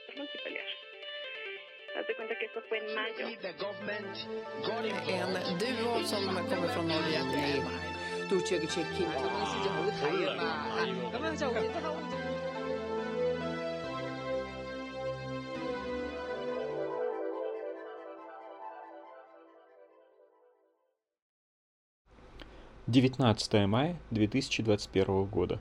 nosotros multipelear. Haz de cuenta que esto fue en mayo. En duo som kommer från Norge. «19 мая 2021 года.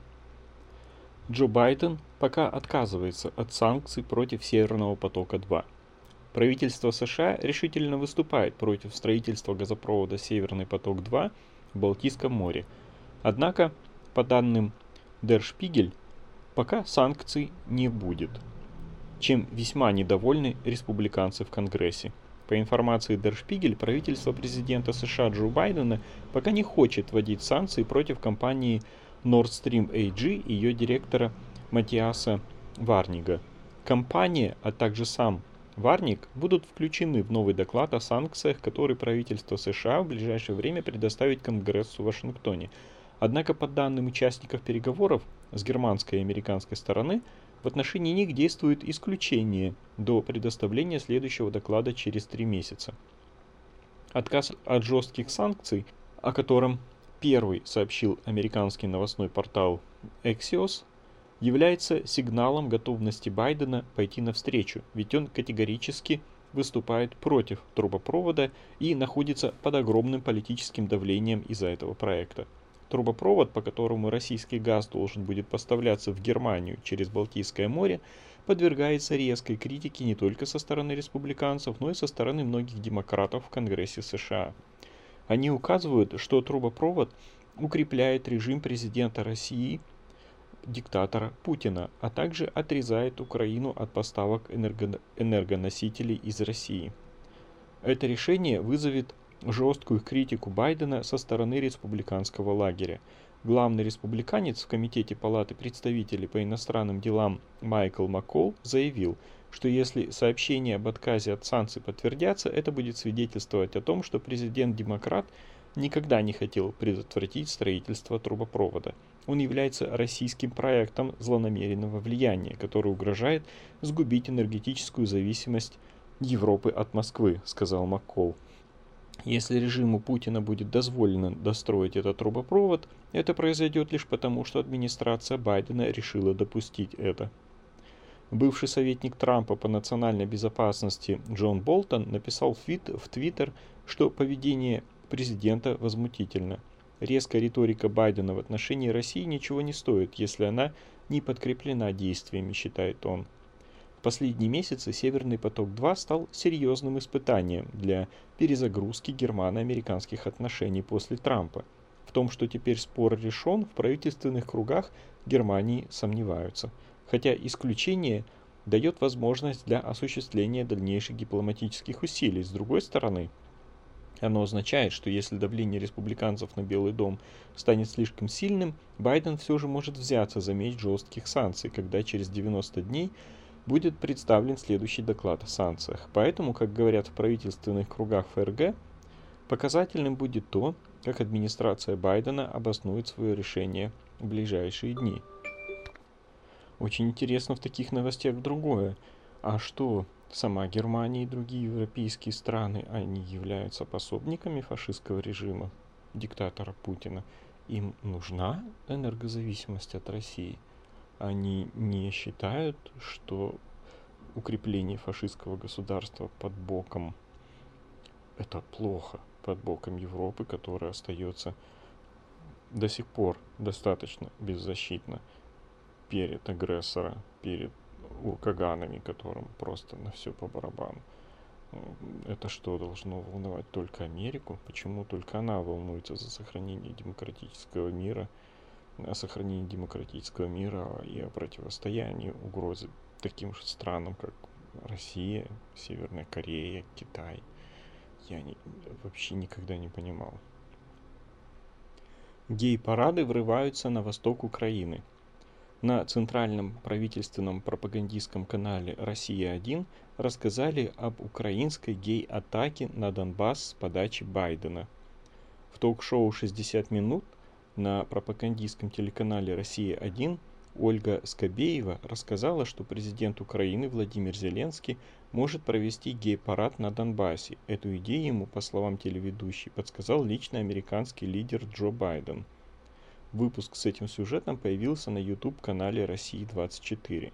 Джо Байден пока отказывается от санкций против Северного потока-2. Правительство США решительно выступает против строительства газопровода Северный поток-2 в Балтийском море. Однако, по данным Der Spiegel, пока санкций не будет, чем весьма недовольны республиканцы в Конгрессе. По информации Der Spiegel, правительство президента США Джо Байдена пока не хочет вводить санкции против компании Nord Stream AG и ее директора Матиаса Варнига. Компания, а также сам Варник будут включены в новый доклад о санкциях, который правительство США в ближайшее время предоставит Конгрессу в Вашингтоне. Однако, по данным участников переговоров с германской и американской стороны, в отношении них действует исключение до предоставления следующего доклада через 3 месяца. Отказ от жестких санкций, о котором первый сообщил американский новостной портал Axios, является сигналом готовности Байдена пойти навстречу, ведь он категорически выступает против трубопровода и находится под огромным политическим давлением из-за этого проекта. Трубопровод, по которому российский газ должен будет поставляться в Германию через Балтийское море, подвергается резкой критике не только со стороны республиканцев, но и со стороны многих демократов в Конгрессе США. Они указывают, что трубопровод укрепляет режим президента России, диктатора Путина, а также отрезает Украину от поставок энергоносителей из России. Это решение вызовет жесткую критику Байдена со стороны республиканского лагеря. Главный республиканец в Комитете Палаты представителей по иностранным делам Майкл Маккол заявил, что если сообщения об отказе от санкций подтвердятся, это будет свидетельствовать о том, что президент-демократ никогда не хотел предотвратить строительство трубопровода. Он является российским проектом злонамеренного влияния, который угрожает сгубить энергетическую зависимость Европы от Москвы, сказал Маккол. Если режиму Путина будет дозволено достроить этот трубопровод, это произойдет лишь потому, что администрация Байдена решила допустить это. Бывший советник Трампа по национальной безопасности Джон Болтон написал в Твиттер, что поведение президента возмутительно. Резкая риторика Байдена в отношении России ничего не стоит, если она не подкреплена действиями, считает он. В последние месяцы Северный поток-2 стал серьезным испытанием для перезагрузки германо-американских отношений после Трампа. В том, что теперь спор решен, в правительственных кругах Германии сомневаются. Хотя исключение дает возможность для осуществления дальнейших дипломатических усилий. С другой стороны, оно означает, что если давление республиканцев на Белый дом станет слишком сильным, Байден все же может взяться за меч жестких санкций, когда через 90 дней будет представлен следующий доклад о санкциях. Поэтому, как говорят в правительственных кругах ФРГ, показательным будет то, как администрация Байдена обоснует свое решение в ближайшие дни. Очень интересно в таких новостях другое. А что, сама Германия и другие европейские страны, они являются пособниками фашистского режима, диктатора Путина? Им нужна энергозависимость от России? Они не считают, что укрепление фашистского государства под боком – это плохо, под боком Европы, которая остается до сих пор достаточно беззащитна перед агрессором, перед уркаганами, которым просто на все по барабану. Это что, должно волновать только Америку? Почему только она волнуется за сохранение демократического мира, о сохранении демократического мира и о противостоянии угрозы таким же странам, как Россия, Северная Корея, Китай? Я вообще никогда не понимал. Гей-парады врываются на восток Украины. На центральном правительственном пропагандистском канале «Россия-1» рассказали об украинской гей-атаке на Донбасс с подачи Байдена. В ток-шоу «60 минут» на пропагандистском телеканале «Россия-1» Ольга Скобеева рассказала, что президент Украины Владимир Зеленский может провести гей-парад на Донбассе. Эту идею ему, по словам телеведущей, подсказал лично американский лидер Джо Байден. Выпуск с этим сюжетом появился на YouTube-канале России-24.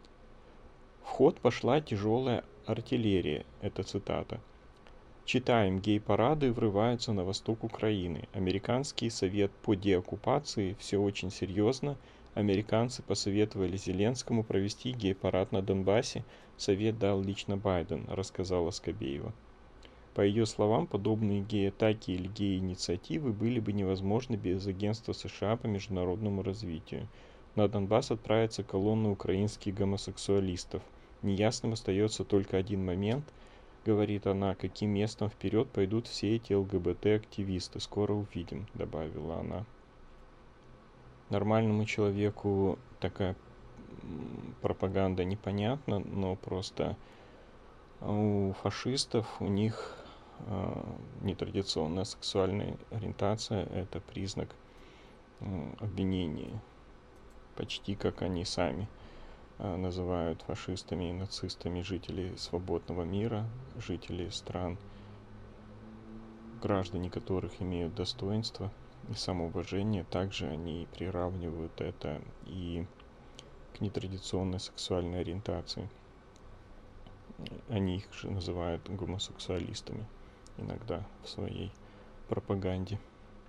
В ход пошла тяжелая артиллерия, это цитата. Читаем, гей-парады врываются на восток Украины. Американский совет по деоккупации, все очень серьезно. Американцы посоветовали Зеленскому провести гей-парад на Донбассе. Совет дал лично Байден, рассказала Скобеева. По ее словам, подобные гей-атаки или гей-инициативы были бы невозможны без агентства США по международному развитию. На Донбасс отправится колонна украинских гомосексуалистов. Неясным остается только один момент, говорит она, каким местом вперед пойдут все эти ЛГБТ-активисты. Скоро увидим, добавила она. Нормальному человеку такая пропаганда непонятна, но просто у фашистов, у них нетрадиционная сексуальная ориентация – это признак обвинения, почти как они сами называют фашистами и нацистами жителей свободного мира, жителей стран, граждане которых имеют достоинство и самоуважение. Также они приравнивают это и к нетрадиционной сексуальной ориентации. Они их же называют гомосексуалистами иногда в своей пропаганде.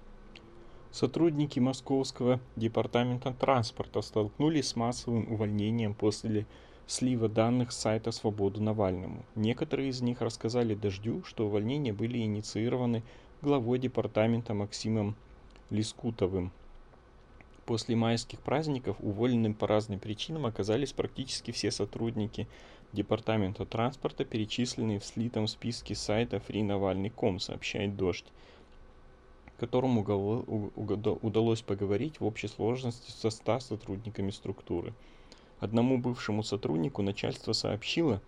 Сотрудники Московского департамента транспорта столкнулись с массовым увольнением после слива данных с сайта «Свободу Навальному». Некоторые из них рассказали «Дождю», что увольнения были инициированы главой департамента Максимом Лискутовым. После майских праздников уволенным по разным причинам оказались практически все сотрудники департамента транспорта, перечисленные в слитом списке сайта freenavalny.com, сообщает «Дождь», которому удалось поговорить в общей сложности со 100 сотрудниками структуры. Одному бывшему сотруднику начальство сообщило,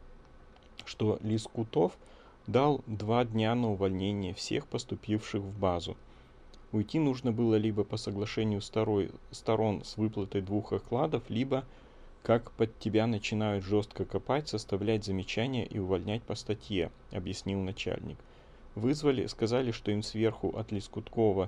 что Лискутов дал 2 дня на увольнение всех поступивших в базу. Уйти нужно было либо по соглашению сторон с выплатой 2 окладов, либо, как под тебя начинают жестко копать, составлять замечания и увольнять по статье, объяснил начальник. Вызвали, сказали, что им сверху от Ликсутова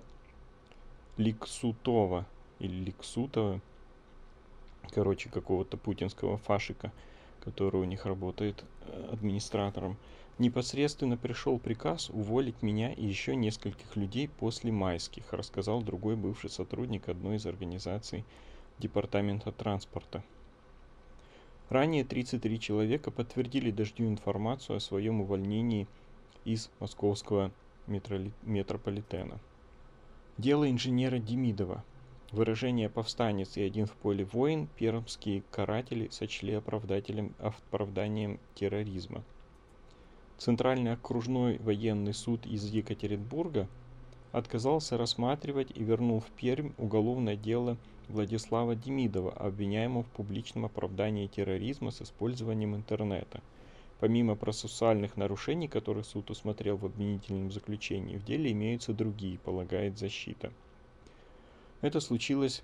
или Ликсутова, короче, какого-то путинского фашика, который у них работает администратором, непосредственно пришел приказ уволить меня и еще нескольких людей после майских, рассказал другой бывший сотрудник одной из организаций департамента транспорта. Ранее 33 человека подтвердили «Дождю» информацию о своем увольнении из московского метрополитена. Дело инженера Демидова. Выражение «повстанец» и «один в поле воин» пермские каратели сочли оправданием терроризма. Центральный окружной военный суд из Екатеринбурга отказался рассматривать и вернул в Пермь уголовное дело Владислава Демидова, обвиняемого в публичном оправдании терроризма с использованием интернета. Помимо процессуальных нарушений, которые суд усмотрел в обвинительном заключении, в деле имеются другие, полагает защита. Это случилось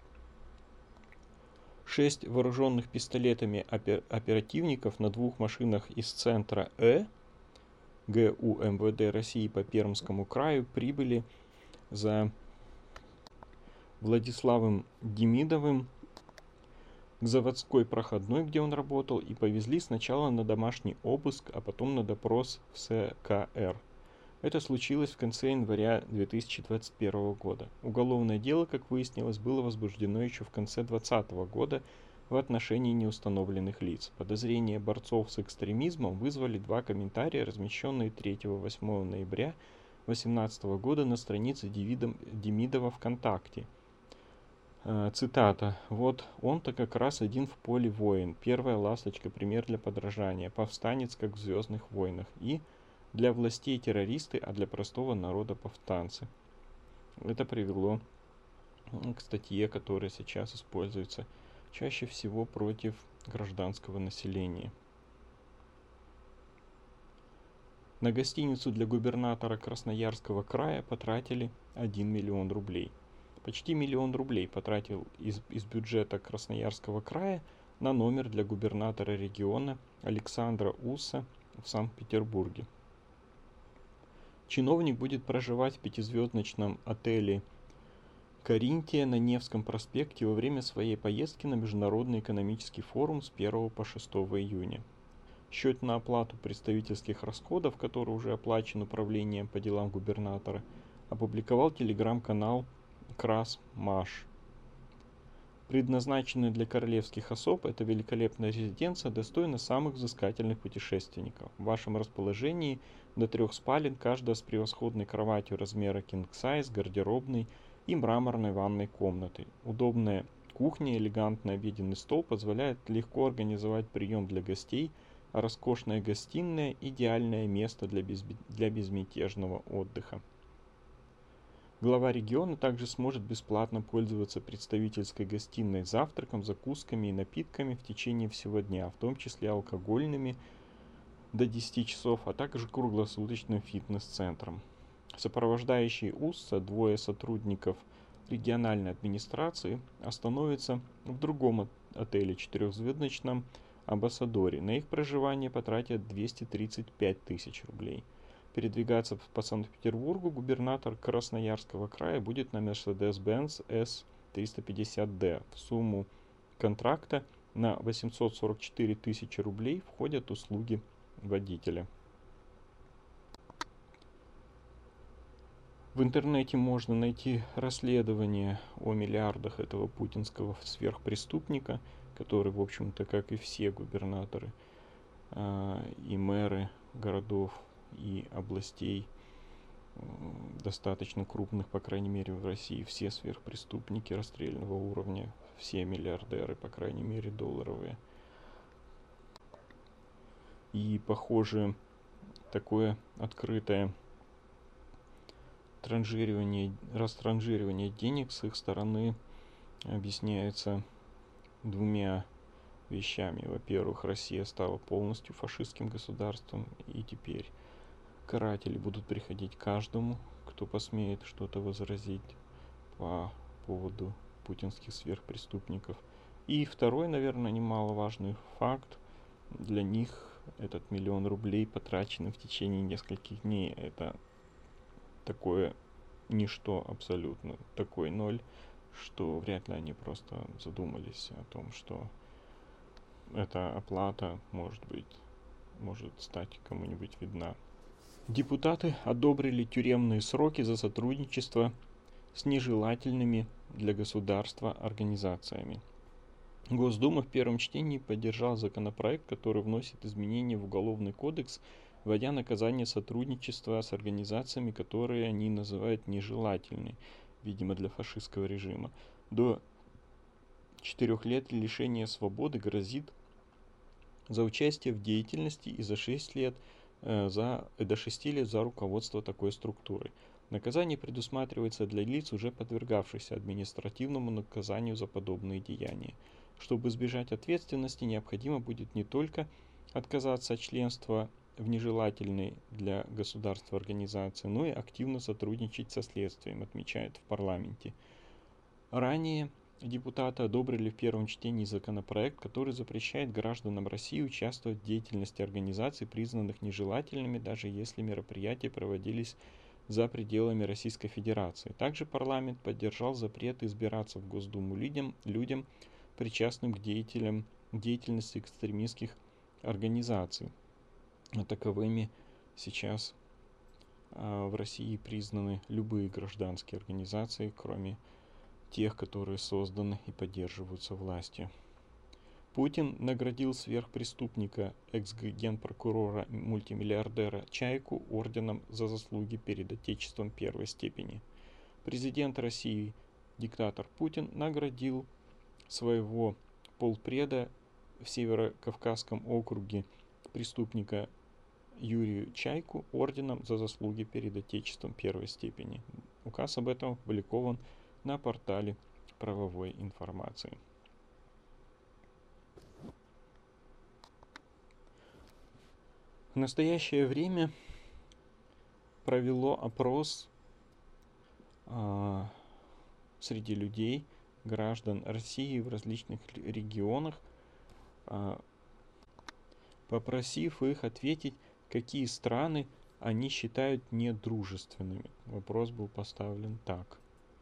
6 вооруженных пистолетами оперативников на 2 машинах из центра ГУ МВД России по Пермскому краю прибыли за Владиславом Демидовым к заводской проходной, где он работал, и повезли сначала на домашний обыск, а потом на допрос в СКР. Это случилось в конце января 2021 года. Уголовное дело, как выяснилось, было возбуждено еще в конце 2020 года в отношении неустановленных лиц. Подозрения борцов с экстремизмом вызвали 2 комментария, размещенные 3-8 ноября 2018 года на странице Демидова ВКонтакте. Цитата. «Вот он-то как раз один в поле воин. Первая ласточка, пример для подражания. Повстанец, как в «Звездных войнах». И для властей террористы, а для простого народа повстанцы». Это привело к статье, которая сейчас используется чаще всего против гражданского населения. На гостиницу для губернатора Красноярского края потратили 1 миллион рублей. Почти 1 000 000 рублей потратил из бюджета Красноярского края на номер для губернатора региона Александра Усса в Санкт-Петербурге. Чиновник будет проживать в пятизвездочном отеле «Каринтия» на Невском проспекте во время своей поездки на Международный экономический форум с 1 по 6 июня. Счет на оплату представительских расходов, который уже оплачен управлением по делам губернатора, опубликовал телеграм-канал «Красмаш». Предназначенная для королевских особ, эта великолепная резиденция достойна самых взыскательных путешественников. В вашем расположении до 3 спален, каждая с превосходной кроватью размера king size, гардеробной и мраморной ванной комнатой. Удобная кухня и элегантный обеденный стол позволяют легко организовать прием для гостей, а роскошная гостиная – идеальное место для безмятежного отдыха. Глава региона также сможет бесплатно пользоваться представительской гостиной завтраком, закусками и напитками в течение всего дня, в том числе алкогольными до 10 часов, а также круглосуточным фитнес-центром. Сопровождающие Усса двое сотрудников региональной администрации остановятся в другом отеле 4-звездочном Амбассадоре. На их проживание потратят 235 000 рублей. Передвигаться по Санкт-Петербургу губернатор Красноярского края будет на Mercedes-Benz S350D. В сумму контракта на 844 000 рублей входят услуги водителя. В интернете можно найти расследование о миллиардах этого путинского сверхпреступника, который, в общем-то, как и все губернаторы и мэры городов и областей, достаточно крупных, по крайней мере, в России, все сверхпреступники расстрельного уровня, все миллиардеры, по крайней мере, долларовые. И, похоже, такое открытое растранжиривание денег с их стороны объясняется двумя вещами. Во-первых, Россия стала полностью фашистским государством, и теперь каратели будут приходить каждому, кто посмеет что-то возразить по поводу путинских сверхпреступников. И второй, наверное, немаловажный факт: для них этот 1 000 000 рублей, потраченный в течение нескольких дней, это такое ничто абсолютно, такой ноль, что вряд ли они просто задумались о том, что эта оплата может стать кому-нибудь видна. Депутаты одобрили тюремные сроки за сотрудничество с нежелательными для государства организациями. Госдума в первом чтении поддержала законопроект, который вносит изменения в Уголовный кодекс, вводя наказание сотрудничества с организациями, которые они называют нежелательными, видимо, для фашистского режима. До 4 лет лишения свободы грозит за участие в деятельности и до 6 лет за руководство такой структурой. Наказание предусматривается для лиц, уже подвергавшихся административному наказанию за подобные деяния. Чтобы избежать ответственности, необходимо будет не только отказаться от членства в нежелательной для государства организации, но и активно сотрудничать со следствием, отмечают в парламенте. Ранее депутаты одобрили в первом чтении законопроект, который запрещает гражданам России участвовать в деятельности организаций, признанных нежелательными, даже если мероприятия проводились за пределами Российской Федерации. Также парламент поддержал запрет избираться в Госдуму людям, причастным к деятельности экстремистских организаций. Таковыми сейчас в России признаны любые гражданские организации, кроме тех, которые созданы и поддерживаются властью. Путин наградил сверхпреступника, экс-генпрокурора, мультимиллиардера Чайку орденом за заслуги перед Отечеством первой степени. Президент России, диктатор Путин, наградил своего полпреда в Северо-Кавказском округе преступника Юрию Чайку орденом за заслуги перед Отечеством первой степени. Указ об этом опубликован на портале правовой информации. В настоящее время провело опрос среди людей, граждан России в различных регионах, попросив их ответить, какие страны они считают недружественными. Вопрос был поставлен так.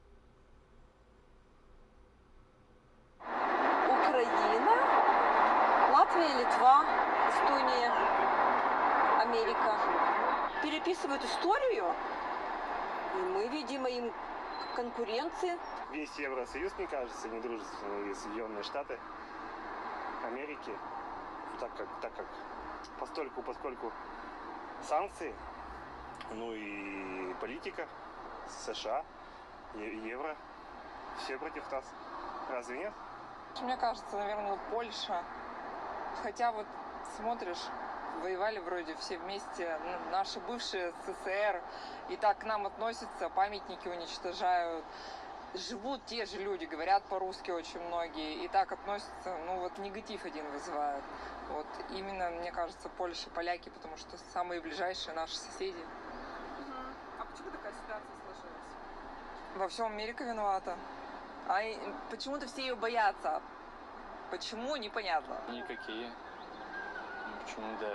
Украина, Латвия, Литва, Эстония, Америка переписывают историю, и мы, видимо, им конкуренции. Весь Евросоюз, мне кажется, недружественный, и Соединенные Штаты Америки, так как поскольку санкции, ну и политика США, евро, все против нас. Разве нет? Мне кажется, наверное, Польша. Хотя вот смотришь, воевали вроде все вместе, наши бывшие СССР, и так к нам относятся, памятники уничтожают. Живут те же люди, говорят по-русски очень многие, и так относятся, ну вот негатив один вызывает. Вот именно, мне кажется, Польша, поляки, потому что самые ближайшие наши соседи. А почему такая ситуация сложилась? Во всем Америка виновата. А почему-то все ее боятся. Почему, непонятно. Никакие. Почему, да.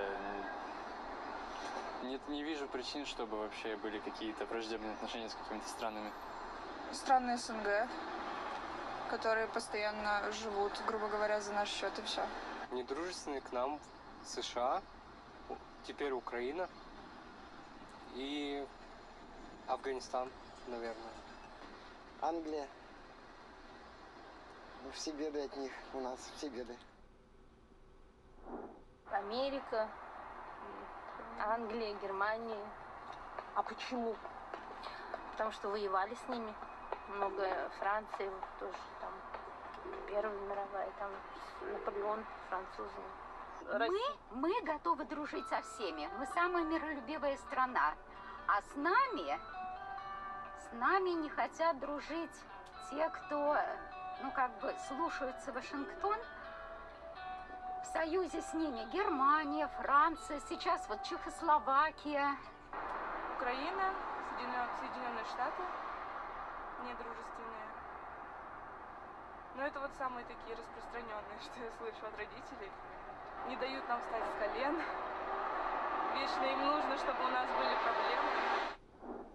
Нет, не вижу причин, чтобы вообще были какие-то враждебные отношения с какими-то странами. Страны СНГ, которые постоянно живут, грубо говоря, за наш счет, и все. Недружественные к нам США, теперь Украина и Афганистан, наверное. Англия. Все беды от них, у нас все беды. Америка, Англия, Германия. А почему? Потому что воевали с ними. Много Франции, тоже там Первая мировая, там Наполеон, французы. Мы готовы дружить со всеми. Мы самая миролюбивая страна. А с нами не хотят дружить те, кто, слушаются Вашингтон. В союзе с ними Германия, Франция, сейчас вот Чехословакия. Украина, Соединенные Штаты недружественные. Но это вот самые такие распространенные, что я слышу от родителей. Не дают нам встать с колен. Вечно им нужно, чтобы у нас были проблемы.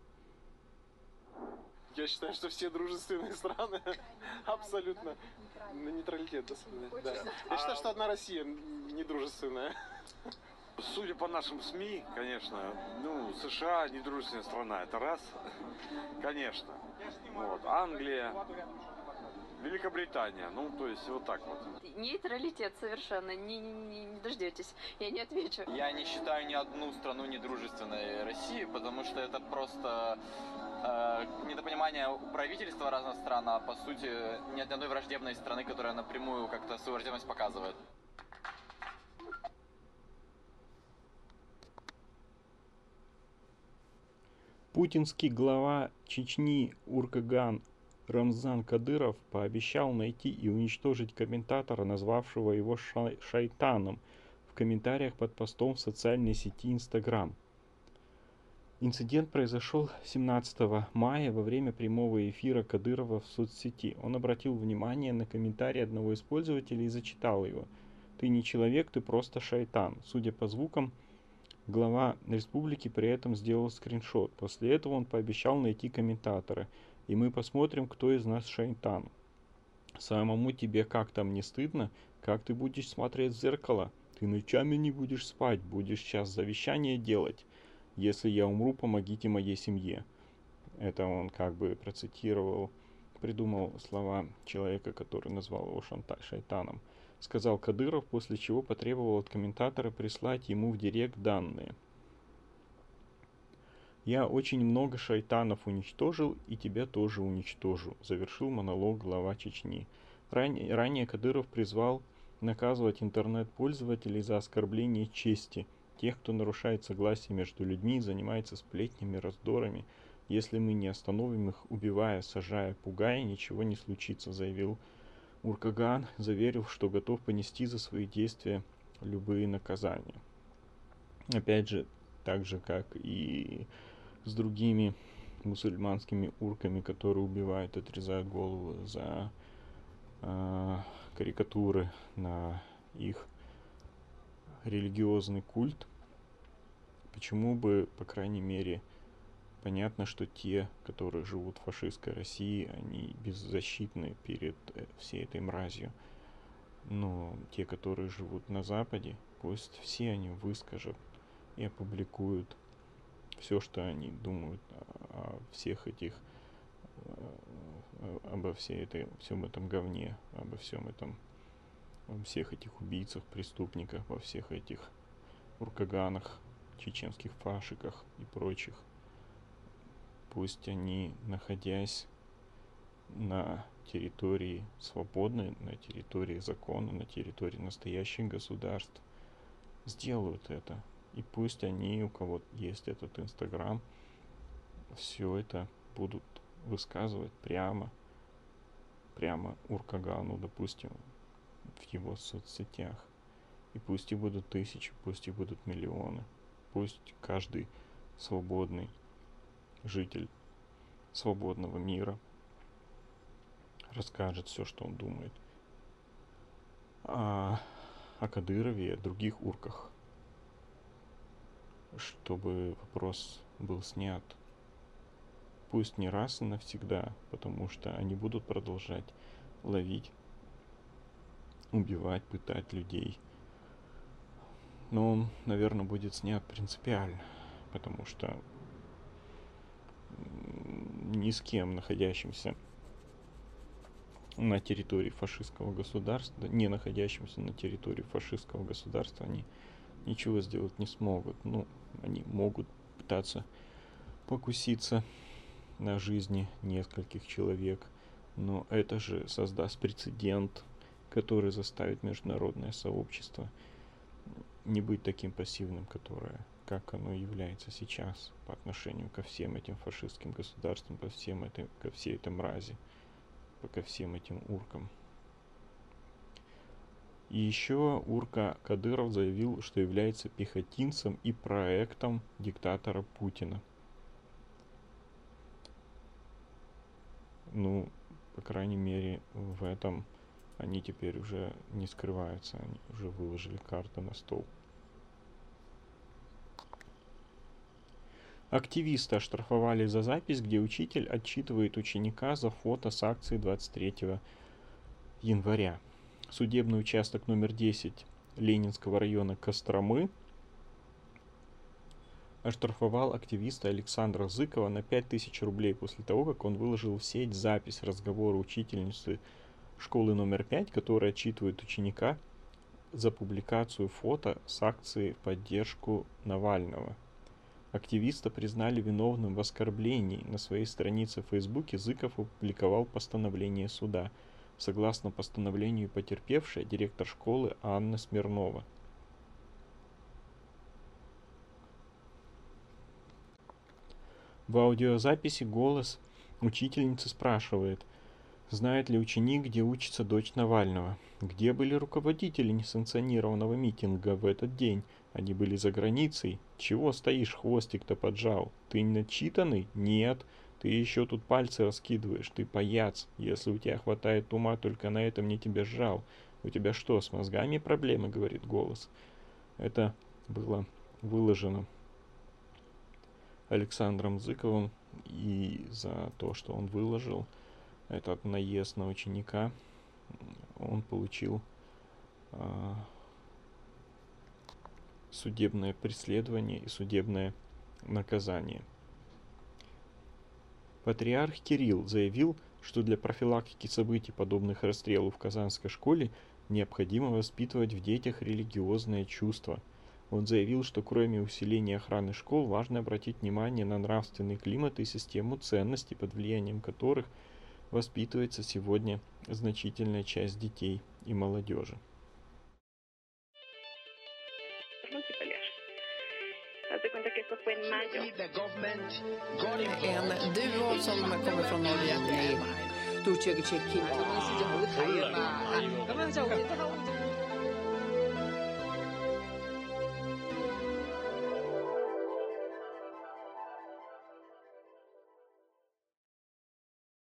Я считаю, что все дружественные страны абсолютно на нейтралитет. Да. Я считаю, что одна Россия недружественная. Судя по нашим СМИ, конечно, США недружественная страна, это раз, конечно. Вот. Англия, Великобритания, то есть вот так вот. Нейтралитет совершенно, не дождетесь, я не отвечу. Я не считаю ни одну страну недружественной России, потому что это просто недопонимание у правительства разных стран, а по сути нет ни одной враждебной страны, которая напрямую как-то свою враждебность показывает. Путинский глава Чечни Уркаган Рамзан Кадыров пообещал найти и уничтожить комментатора, назвавшего его шайтаном, в комментариях под постом в социальной сети Instagram. Инцидент произошел 17 мая во время прямого эфира Кадырова в соцсети. Он обратил внимание на комментарий одного из пользователей и зачитал его. «Ты не человек, ты просто шайтан». Судя по звукам, глава республики при этом сделал скриншот. После этого он пообещал найти комментатора. И мы посмотрим, кто из нас шайтан. Самому тебе как там не стыдно? Как ты будешь смотреть в зеркало? Ты ночами не будешь спать, будешь сейчас завещание делать. Если я умру, помогите моей семье. Это он придумал слова человека, который назвал его шайтаном. Сказал Кадыров, после чего потребовал от комментатора прислать ему в директ данные. «Я очень много шайтанов уничтожил и тебя тоже уничтожу», завершил монолог глава Чечни. Ранее Кадыров призвал наказывать интернет-пользователей за оскорбление чести, тех, кто нарушает согласие между людьми, занимается сплетнями, раздорами. «Если мы не остановим их, убивая, сажая, пугая, ничего не случится», заявил Уркаган, заверив, что готов понести за свои действия любые наказания. Опять же, так же, как и с другими мусульманскими урками, которые убивают, отрезают голову за карикатуры на их религиозный культ, почему бы, по крайней мере, понятно, что те, которые живут в фашистской России, они беззащитны перед всей этой мразью. Но те, которые живут на Западе, пусть все они выскажут и опубликуют все, что они думают о всех этих, всем этом говне, обо всех этих убийцах, преступниках, во всех этих уркаганах, чеченских фашиках и прочих. Пусть они, находясь на территории свободной, на территории закона, на территории настоящих государств, сделают это. И пусть они, у кого есть этот Инстаграм, все это будут высказывать прямо Уркагану, допустим, в его соцсетях. И пусть и будут тысячи, пусть и будут миллионы. Пусть каждый свободный житель свободного мира расскажет все, что он думает о Кадырове и о других урках, чтобы вопрос был снят. Пусть не раз и навсегда, потому что они будут продолжать ловить, убивать, пытать людей. Но он, наверное, будет снят принципиально, потому что ни с кем, находящимся на территории фашистского государства, не находящимся на территории фашистского государства, они ничего сделать не смогут. Ну, они могут пытаться покуситься на жизни нескольких человек, но это же создаст прецедент, который заставит международное сообщество не быть таким пассивным, как оно является сейчас по отношению ко всем этим фашистским государствам, ко всей этой мрази, ко всем этим уркам. И еще урка Кадыров заявил, что является пехотинцем и проектом диктатора Путина. Ну, по крайней мере, в этом они теперь уже не скрываются, они уже выложили карты на стол. Активисты оштрафовали за запись, где учитель отчитывает ученика за фото с акции 23 января. Судебный участок номер 10 Ленинского района Костромы оштрафовал активиста Александра Зыкова на 5000 рублей после того, как он выложил в сеть запись разговора учительницы школы номер 5, которая отчитывает ученика за публикацию фото с акции в поддержку Навального. Активиста признали виновным в оскорблении. На своей странице в Фейсбуке Зыков опубликовал постановление суда. Согласно постановлению потерпевшая, директор школы Анна Смирнова. В аудиозаписи голос учительницы спрашивает, знает ли ученик, где учится дочь Навального. Где были руководители несанкционированного митинга в этот день? Они были за границей. Чего стоишь, хвостик-то поджал? Ты не начитанный? Нет. Ты еще тут пальцы раскидываешь. Ты паяц. Если у тебя хватает ума, только на этом мне тебя сжал. У тебя что, с мозгами проблемы, говорит голос. Это было выложено Александром Зыковым, и за то, что он выложил этот наезд на ученика, он получил судебное преследование и судебное наказание. Патриарх Кирилл заявил, что для профилактики событий, подобных расстрелу в Казанской школе, необходимо воспитывать в детях религиозное чувство. Он заявил, что кроме усиления охраны школ, важно обратить внимание на нравственный климат и систему ценностей, под влиянием которых воспитывается сегодня значительная часть детей и молодежи. En duo som kommer från Norge.